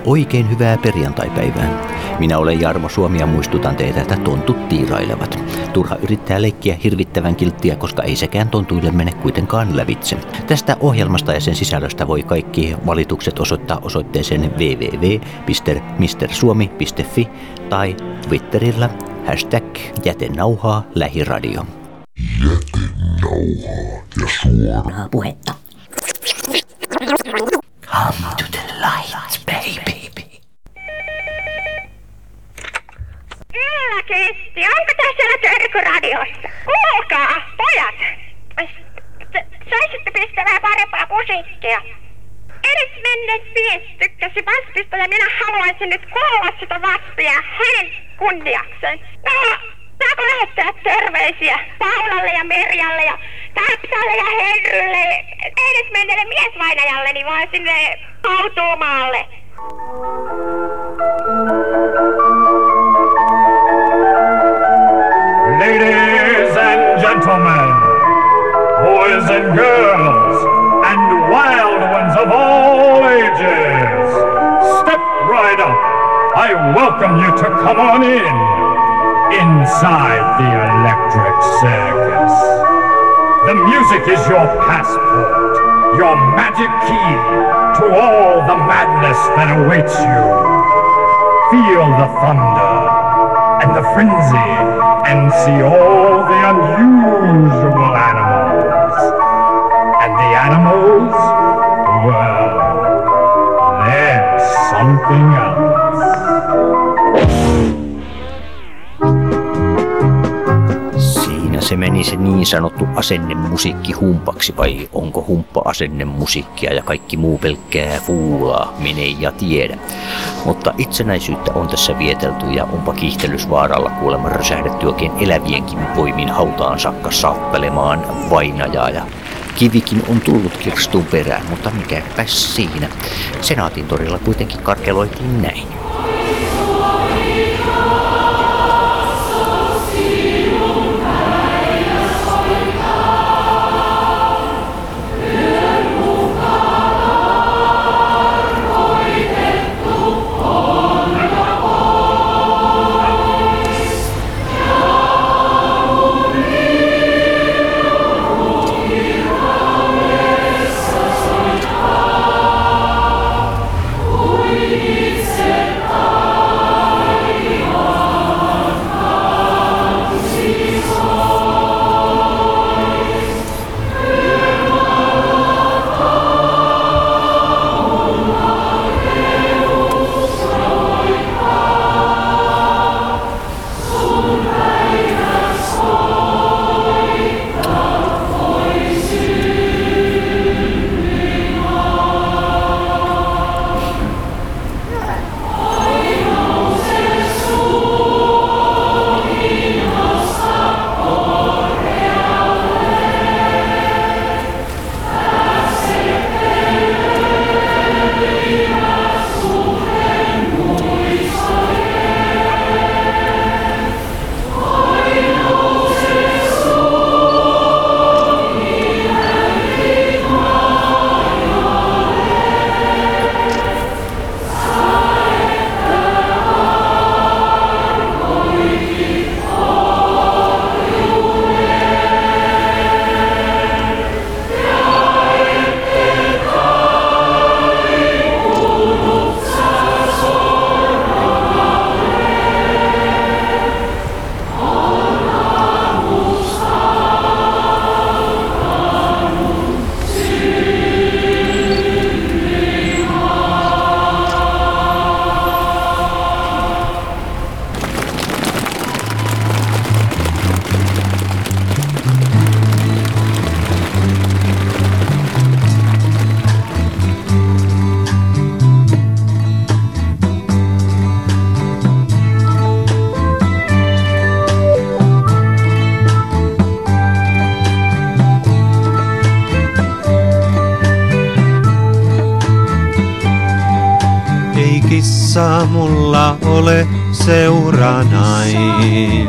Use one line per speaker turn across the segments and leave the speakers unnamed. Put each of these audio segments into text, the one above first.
Oikein hyvää perjantaipäivää. Minä olen Jarmo Suomi ja muistutan teitä, että tontut tiirailevat. Turha yrittää leikkiä hirvittävän kilttiä, koska ei sekään tontuille mene kuitenkaan lävitse. Tästä ohjelmasta ja sen sisällöstä voi kaikki valitukset osoittaa osoitteeseen www.mrsuomi.fi tai Twitterillä #jätenauhaa lähiradio.
Jätenauhaa ja suoraa
puhetta.
Come to the light, baby.
Kyllä, Kisti. Onko tässä siellä Törkyradiossa? Kuulkaa, pojat. Saisitte pistää vähän parempaa musiikkia. Edesmenneet mies tykkäsi Vaspista ja minä haluaisin nyt kuulla sitä Vaspia hänen kunniakseen. No, saako lähettää terveisiä Paulalle ja Merjalle ja Tapsalle ja Henrylle, edesmenneelle miesvainajalleni vaan sinne Hautuumaalle.
Ladies and gentlemen, boys and girls, and wild ones of all ages, step right up. I welcome you to come on inside the Electric Circus. The music is your passport, your magic key to all the madness that awaits you. Feel the thunder and the frenzy and see all the unusual animals. And the animals, well, they're something else.
Siinä se meni se niin sanottu asennemusiikki humpaksi, vai onko humppa asennemusiikkia ja kaikki muu pelkkää fuulaa, mene ja tiedä. Mutta itsenäisyyttä on tässä vietelty ja onpa kiihtelysvaaralla kuulemma rösähdetty oikein elävienkin voimin hautaan saakka saappelemaan vainajaa ja kivikin on tullut kirstuun perään, mutta mikäpäs siinä. Senaatin torilla kuitenkin karkeloitiin näin.
kissa mulla ole seuranain.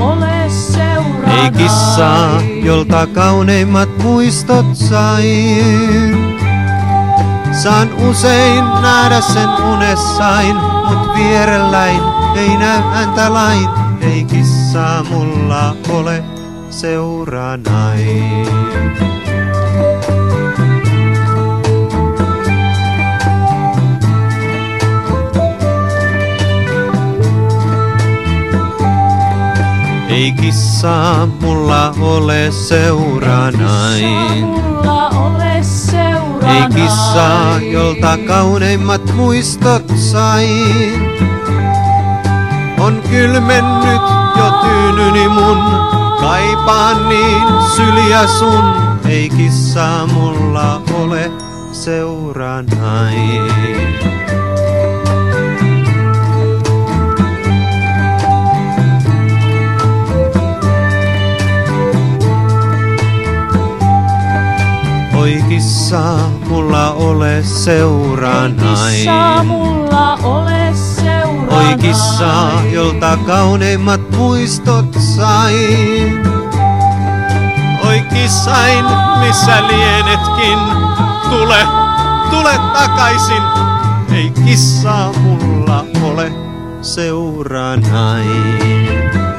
Ei kissaa, jolta kauneimmat muistot sain. Saan usein nähdä sen unessain, mut vierelläin ei näy häntä lain. Ei kissaa mulla ole seuranain. Ei kissaa mulla ole seuranain. Ei kissaa, jolta kauneimmat muistot sain. On kylmennyt jo tyynyni mun, kaipaan niin syliä sun. Ei kissaa mulla ole seuranain. Oi kissaa, mulla ole seuranain. Oi kissaa, jolta kauneimmat muistot sain. Oi kissain, missä lienetkin, tule takaisin. Ei kissaa, mulla ole seuranain.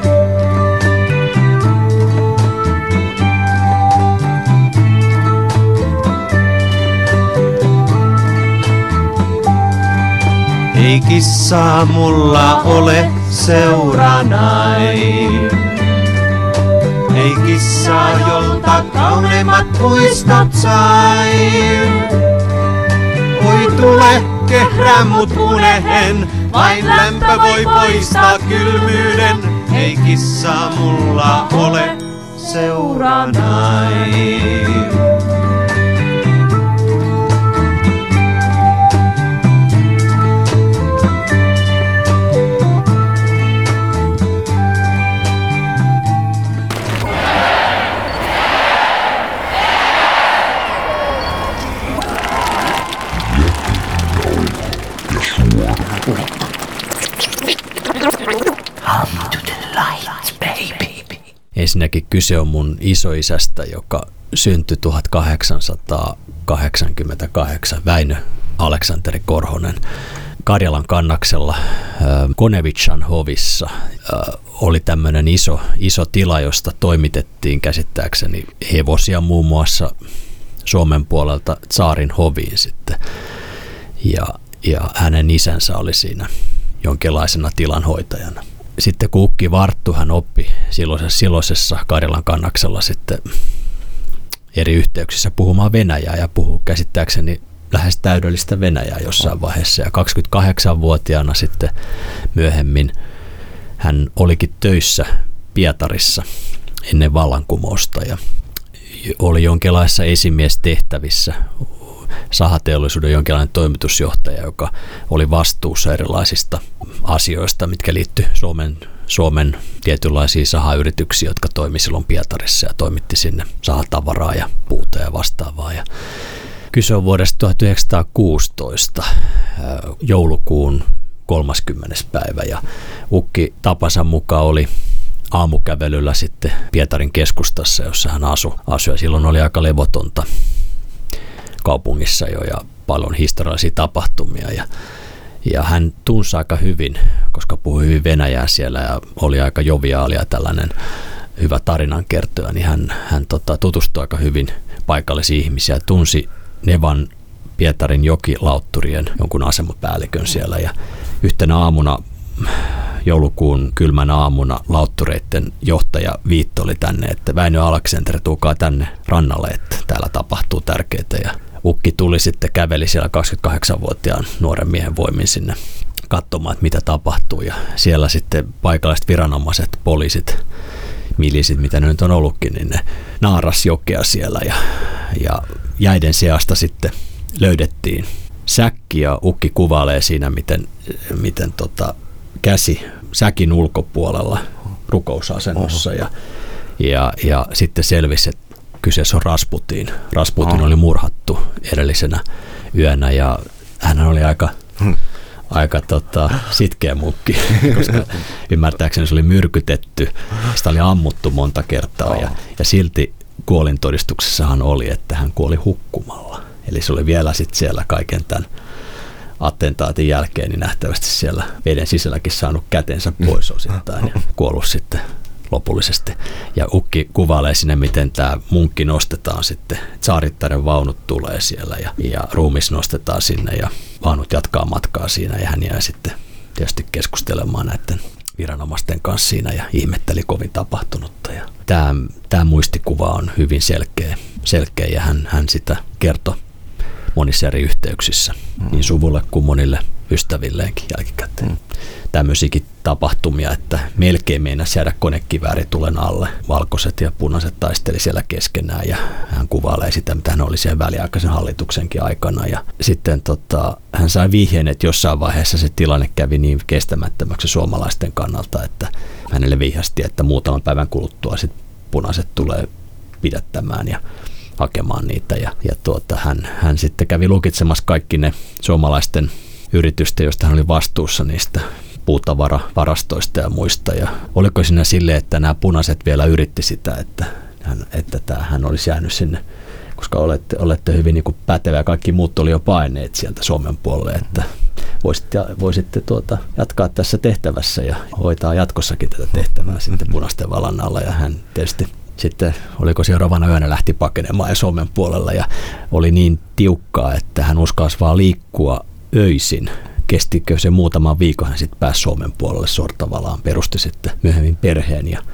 Ei kissaa mulla ole seuranain. Ei kissaa, jolta kauneimmat muistot sain. Oi tule, kehrää mut unehen, vain lämpö voi poistaa kylmyyden. Ei kissaa mulla ole seuranain. Ensinnäkin kyse on mun isoisästä, joka syntyi 1888, Väinö Aleksanteri Korhonen. Karjalan kannaksella Konevitsan hovissa oli tämmöinen iso tila, josta toimitettiin käsittääkseni hevosia muun muassa Suomen puolelta tsaarin hoviin sitten. Ja hänen isänsä oli siinä jonkinlaisena tilanhoitajana. Sitten kun ukki varttui, hän oppi silloisessa Karjalan kannaksella sitten eri yhteyksissä puhumaan venäjää ja puhui käsittääkseni lähes täydellistä venäjää jossain vaiheessa. Ja 28-vuotiaana sitten myöhemmin hän olikin töissä Pietarissa ennen vallankumousta ja oli jonkinlaisissa esimiestehtävissä, sahateollisuuden jonkinlainen toimitusjohtaja, joka oli vastuussa erilaisista asioista, mitkä liittyi Suomen tietynlaisiin sahayrityksiin, jotka toimi silloin Pietarissa ja toimitti sinne sahatavaraa ja puuta ja vastaavaa. Ja kyse on vuodesta 1916, joulukuun 30. päivä, ja ukki tapansa mukaan oli aamukävelyllä sitten Pietarin keskustassa, jossa hän asui. Ja silloin oli aika levotonta kaupungissa jo ja paljon historiallisia tapahtumia. Ja hän tunsi aika hyvin, koska puhui hyvin venäjää siellä ja oli aika joviaalia, tällainen hyvä tarinankertoja, niin hän tutustui aika hyvin paikallisiin ihmisiä ja tunsi Nevan Pietarin jokilautturien jonkun asemapäällikön siellä. Ja yhtenä aamuna, joulukuun kylmän aamuna, lauttureiden johtaja viittoli tänne, että Väinö Aleksanteri, tulkaa tänne rannalle, että täällä tapahtuu tärkeää. Ja ukki tuli sitten, käveli siellä 28-vuotiaan nuoren miehen voimin sinne katsomaan, että mitä tapahtuu. Ja siellä sitten paikalliset viranomaiset, poliisit, milisit, mitä ne nyt on ollutkin, niin ne naaras jokea siellä. Ja jäiden seasta sitten löydettiin säkki ja ukki kuvailee siinä, miten käsi säkin ulkopuolella rukousasennossa ja sitten selvisi, että kyseessä on Rasputin. Rasputin oli murhattu edellisenä yönä ja hän oli aika sitkeä munkki, koska ymmärtääkseni se oli myrkytetty, sitä oli ammuttu monta kertaa ja silti kuolintodistuksessahan oli, että hän kuoli hukkumalla. Eli se oli vielä sitten siellä kaiken tämän attentaatin jälkeen, niin nähtävästi siellä veden sisälläkin saanut kätensä pois osittain ja kuollut sitten lopullisesti. Ja ukki kuvailee sinne, miten tämä munkki nostetaan sitten. Tsaarittaren vaunut tulee siellä ja ruumis nostetaan sinne ja vaunut jatkaa matkaa siinä ja hän jää sitten tietysti keskustelemaan näiden viranomaisten kanssa siinä ja ihmetteli kovin tapahtunutta. Ja tämä muistikuva on hyvin selkeä ja hän sitä kertoi monissa eri yhteyksissä, niin suvulle kuin monille ystävilleenkin jälkikäteen. Tämmöisiäkin tapahtumia, että melkein meinasi jäädä konekivääri tulen alle. Valkoiset ja punaiset taisteli siellä keskenään ja hän kuvailee sitä, mitä hän oli siellä väliaikaisen hallituksenkin aikana. Ja sitten hän sai vihjeen, että jossain vaiheessa se tilanne kävi niin kestämättömäksi suomalaisten kannalta, että hänelle vihjasti, että muutaman päivän kuluttua sitten punaiset tulee pidättämään ja hakemaan niitä. Hän sitten kävi lukitsemassa kaikki ne suomalaisten yritysten, joista hän oli vastuussa niistä puutavaravarastoista ja muista. Ja oliko siinä silleen, että nämä punaiset vielä yritti sitä, että hän olisi jäänyt sinne, koska olette hyvin niin kuin pätevä ja kaikki muut oli jo paineet sieltä Suomen puolelle, että voisitte jatkaa tässä tehtävässä ja hoitaa jatkossakin tätä tehtävää sitten punaisten valan alla. Ja hän tietysti sitten, oliko seuraavana yönä lähti pakenemaan ja Suomen puolella ja oli niin tiukkaa, että hän uskalsi vaan liikkua öisin. Kestikö se muutaman viikon, hän sitten pääsi Suomen puolelle Sortavalaan, perusti sitten myöhemmin perheen ja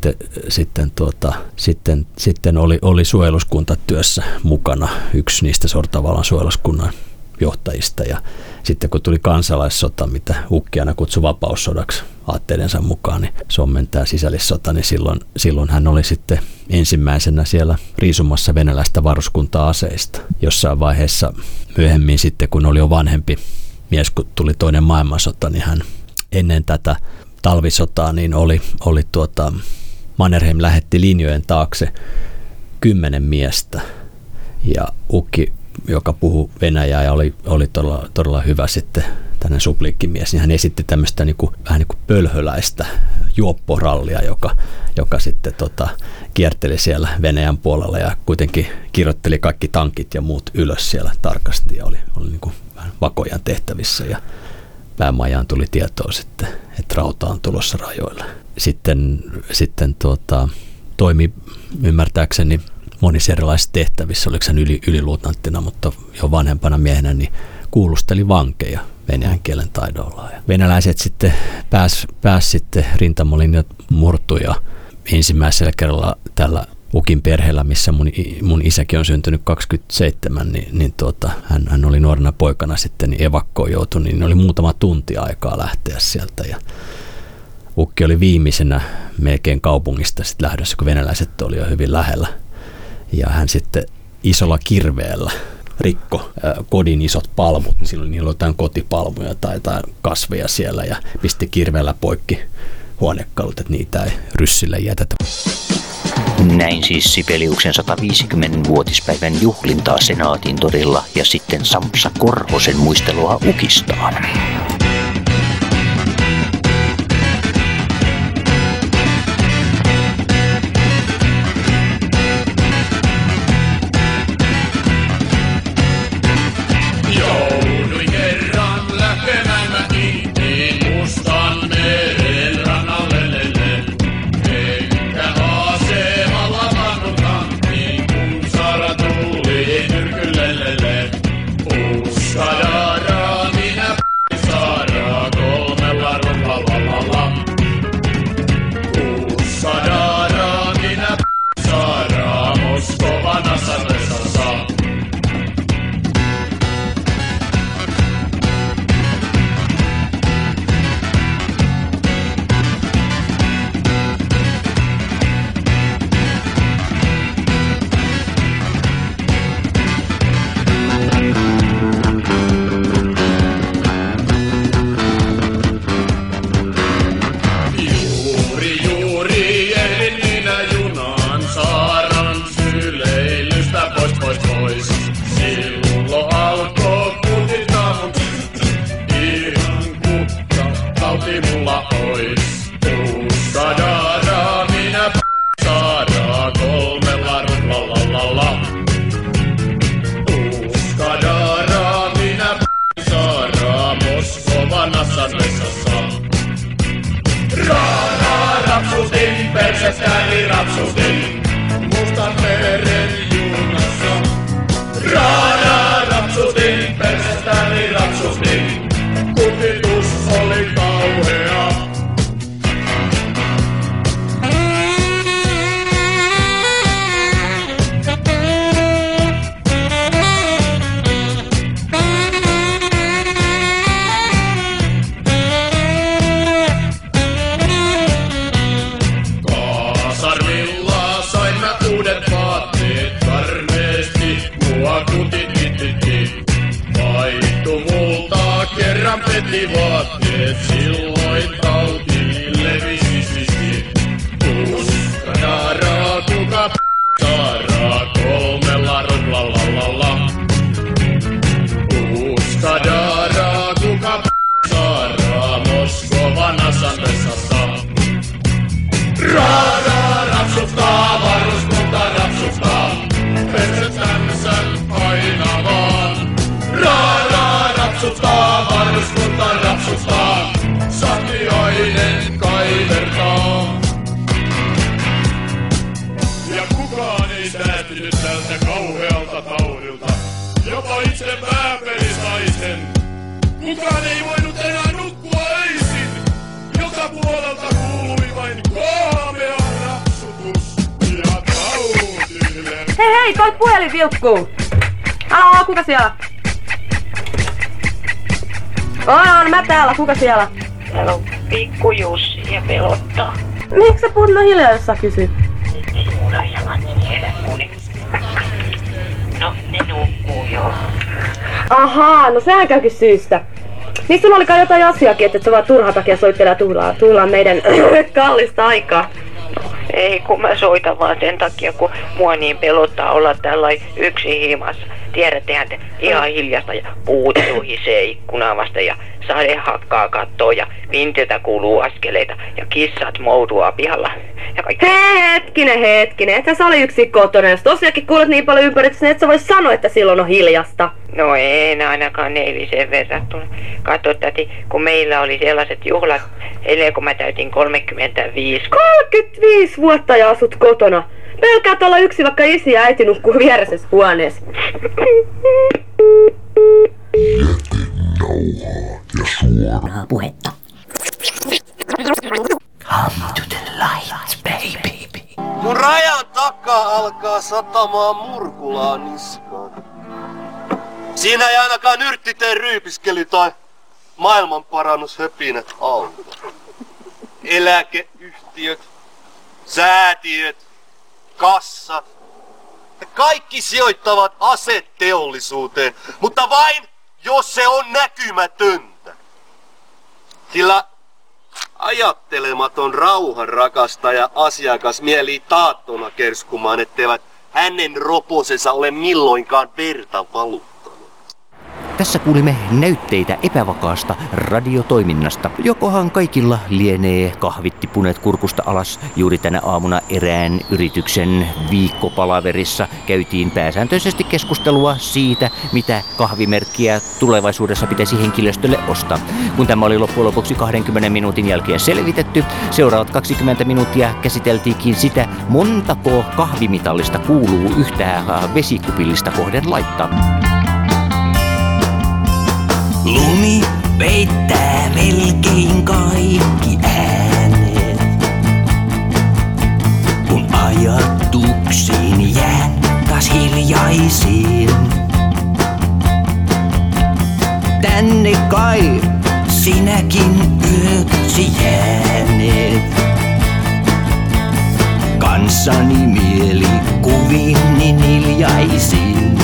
sitten oli suojeluskuntatyössä mukana, yksi niistä Sortavalan suojeluskunnan johtajista ja sitten kun tuli kansalaissota, mitä ukki aina kutsui vapaussodaksi aatteidensa mukaan, niin Suomen tämä sisällissota, niin silloin hän oli sitten ensimmäisenä siellä riisumassa venäläistä varuskuntaa aseista. Jossain vaiheessa myöhemmin sitten, kun oli jo vanhempi mies, kun tuli toinen maailmansota, niin hän ennen tätä talvisotaa niin oli Mannerheim lähetti linjojen taakse 10 miestä ja ukki, joka puhui venäjää ja oli todella hyvä sitten tämmöinen supliikkimies, niin hän esitti tämmöistä vähän niin kuin pölhöläistä juopporallia, joka sitten kierteli siellä Venäjän puolella ja kuitenkin kirjoitteli kaikki tankit ja muut ylös siellä tarkasti ja oli niin kuin vähän vakojan tehtävissä ja päämajaan tuli tietoa sitten, että rauta on tulossa rajoille. Sitten toimi ymmärtääkseni monissa erilaisissa tehtävissä, oliko hän yliluutnanttina, mutta jo vanhempana miehenä, niin kuulusteli vankeja venäjän kielen taidolla. Ja venäläiset sitten pääsi sitten rintamolinjat murtu ja ensimmäisellä kerralla tällä ukin perheellä, missä mun isäkin on syntynyt 27, niin hän oli nuorena poikana sitten niin evakkoon joutui, niin oli muutama tunti aikaa lähteä sieltä ja ukki oli viimeisenä melkein kaupungista sitten lähdössä, kun venäläiset oli jo hyvin lähellä. Ja hän sitten isolla kirveellä rikko kodin isot palmut. Silloin niillä oli jotain kotipalmuja tai jotain kasveja siellä ja pisti kirveellä poikki huonekalut, että niitä ei ryssille jätetä.
Näin siis Sibeliuksen 150-vuotispäivän juhlintaa Senaatin torilla ja sitten Sampsa Korhosen muistelua ukistaan.
äiti vaatteet, silloin tauti levisi. Puuska daaraa, kuka daaraa, 3 ruplalla. Puuska daaraa, kuka daaraa, Moskovan Asanvessassa. Raada rapsuttaa, varuskunta rapsuttaa, persettänsä aina vaan. Raada rapsuttaa, varuskunta rapsuttaa, Sappi-ainen kaivertaa. Ja kukaan ei säästynyt tältä kauhealta taudilta, jopa itse Vääpeli sai sen. Kukaan ei voinut enää nukkua öisin, joka puolelta kuului vain kaamea rapsutus ja tautille.
Hei, toi puhelin vilkkuu! Alo, kuka siellä? On, mä täällä, kuka siellä?
Täällä on pikku Jussi ja pelottaa.
Miksi sä puhut noin hiljaa, jos sä kysyt?
Mulla jalat siellä muni. No, ne nukkuu jo.
Ahaa, no sehän käykin syystä. Niin sulla oli kai jotain asiaakin, että sä vaan turhan takia soittelee ja tuhlaa meidän kallista aikaa.
Ei, kun mä soitan vaan sen takia, kun mua niin pelottaa olla tällainen yksin himassa. Tiedättehän te, ihan hiljasta ja puut suhisee ikkunavasta ja sade hakkaa kattoo ja vintiltä kuuluu askeleita ja kissat mouduaa pihalla. Ja kaikki...
Hetkinen, ethän sä oli yksin kotona, jos tosiaankin kuulet niin paljon ympäristössä, et sä vois sanoa, että silloin on hiljasta.
No en ainakaan eilisen verrattuna. Katso täti, kun meillä oli sellaiset juhlat, eilen kun mä täytin 35.
35 vuotta ja asut kotona. Pelkäät olla yksin, vaikka isi ja äiti nukkuu vieressä huoneessa.
Jätenauhaa ja suoraa
puhetta. Come to the light, baby.
Kun rajan takaa alkaa satamaan murkulaa niskaan. Siinä ei ainakaan yrttiteen ryypiskeli tai maailmanparannushöpinät auta. Eläkeyhtiöt, säätiöt, kassat. Kaikki sijoittavat aseteollisuuteen, mutta vain jos se on näkymätöntä. Sillä ajattelematon rauhan rakastaja asiakas mielii taattona kerskumaan, etteivät hänen roposensa ole milloinkaan verta valuttanut.
Tässä kuulimme näytteitä epävakaasta radiotoiminnasta. Jokohan kaikilla lienee kahvittipuneet kurkusta alas. Juuri tänä aamuna erään yrityksen viikkopalaverissa käytiin pääsääntöisesti keskustelua siitä, mitä kahvimerkkiä tulevaisuudessa pitäisi henkilöstölle ostaa. Kun tämä oli loppujen lopuksi 20 minuutin jälkeen selvitetty, seuraavat 20 minuuttia käsiteltiinkin sitä, montako kahvimitallista kuuluu yhtä vesikupillista kohden laittaa.
Lumi peittää melkein kaikki äänet, kun ajatuksiin jään taas hiljaisiin. Tänne kai sinäkin yöksi jääneet, kanssani mielikuviin niin hiljaisiin.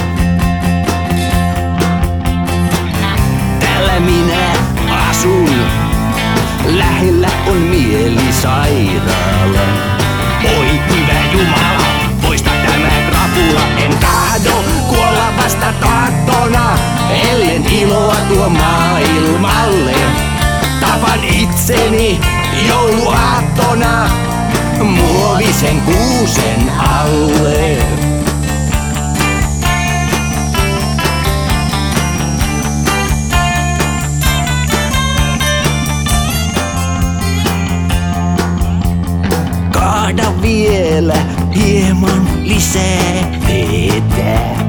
Minä asun, lähellä on mielisairaala. Oi hyvä Jumala, poista tämä krapula. En tahdo kuolla vasta taattona, ellen iloa tuo maailmalle. Tapan itseni jouluaattona muovisen kuusen alle. Kaada vielä hieman lisää vetää.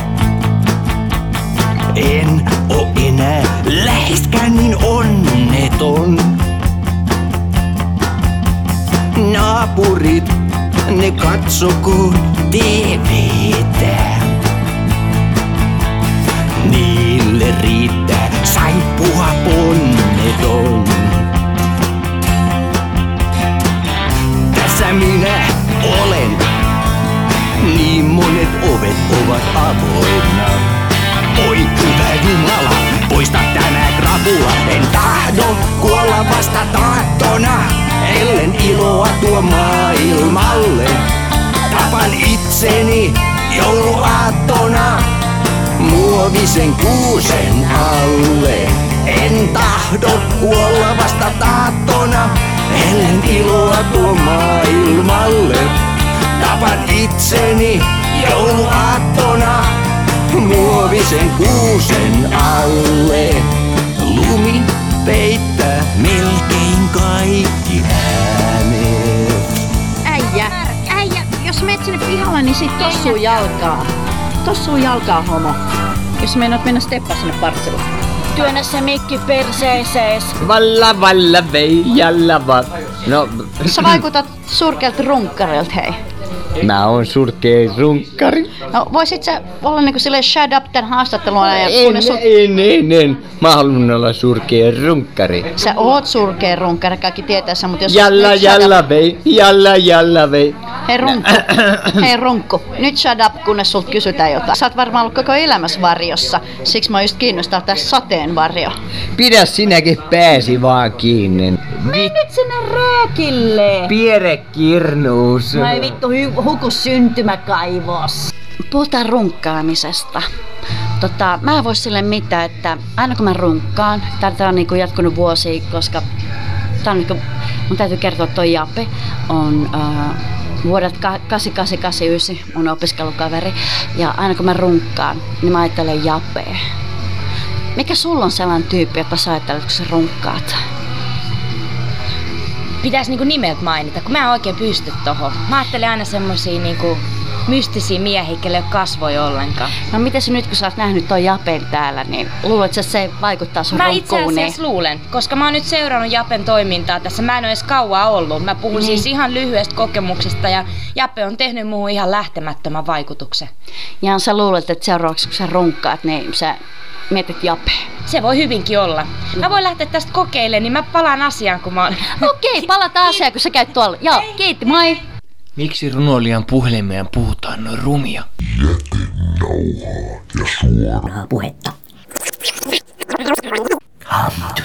En oo enää läheskään niin onneton. Naapurit, ne katsokoon TV:tä. Niille riittää saippua ponneton. Tässä minä olen, niin monet ovet ovat avoinna. Oi hyvä Jumala, poista tämä krapula. kuulla. En tahdo kuolla vasta taattona, ellen iloa tuo maailmalle. Tapan itseni jouluaattona muovisen kuusen alle. En tahdo kuolla vasta taattona, ellen iloa tuo maailmalle. Tapan itseni jouluaattona muovisen kuusen alle. Lumi peittää melkein kaikki äänet.
Äijä, jos menet sinne pihalle, niin sit tossuu jalkaa, homo. Jos meinaat mennä steppaa sinne partsille. Työnnä se mikki perseesees.
Valla vei, jalla va. No.
Sä vaikutat surkealta runkkarilta, hei.
Mä oon surkea runkkari.
No voisit sä olla niinku silleen shut up tän haastattelun ajan?
En. Mä haluan olla surkea runkkari.
Sä oot surkea runkkari, kaikki tietää sen, mutta jos...
Jalla vei.
Hei runkku, nyt shut up, kunnes sulta kysytään jotain. Sä oot varmaan ollut koko elämässä varjossa, siksi mä just kiinnostaa tässä sateenvarjo.
Pidä sinäkin pääsi vaan kiinni.
Mene nyt sinne röökille.
Piere kirnuus.
No ei vittu, huku syntymäkaivos. Puhutaan runkkaamisesta. Mä en voi sille mitään, että aina kun mä runkkaan, tää on niinku jatkunut vuosia, koska tää on niinku, mun täytyy kertoa, että toi Jape on vuodelta 8889 mun opiskelukaveri. Ja aina kun mä runkkaan, niin mä ajattelen Japea. Mikä sulla on sellainen tyyppi, jota sä ajattelet, kun sä runkkaat?
Pitäis niinku nimeltä mainita, kun mä en oikein pysty tohon. Mä ajattelen aina semmosia niinku mystisiä miehiä, kelle ei ole kasvoja ollenkaan.
No miten nyt, kun sä oot nähnyt ton Japen täällä, niin luuletko, että se vaikuttaa sun runkkuun?
Mä itse asiassa luulen, koska mä oon nyt seurannut Japen toimintaa tässä. Mä en oo edes kauan ollut. Mä puhun siis ihan lyhyestä kokemuksesta ja Jape on tehnyt muuhun ihan lähtemättömän vaikutuksen.
Ja sä luulet, että seuraavaksi kun sä runkkaat, niin sä mietit Japea?
Se voi hyvinkin olla. Mä voin lähteä tästä kokeilemaan, niin mä palaan asiaan, kun mä oon...
Okei, palataan asiaan, kun sä käyt tuolla. Joo, kiitti, moi!
Miksi runoilijan puhelimeen puhutaan noin rumia?
Jätenauhaa ja suoraa
puhetta.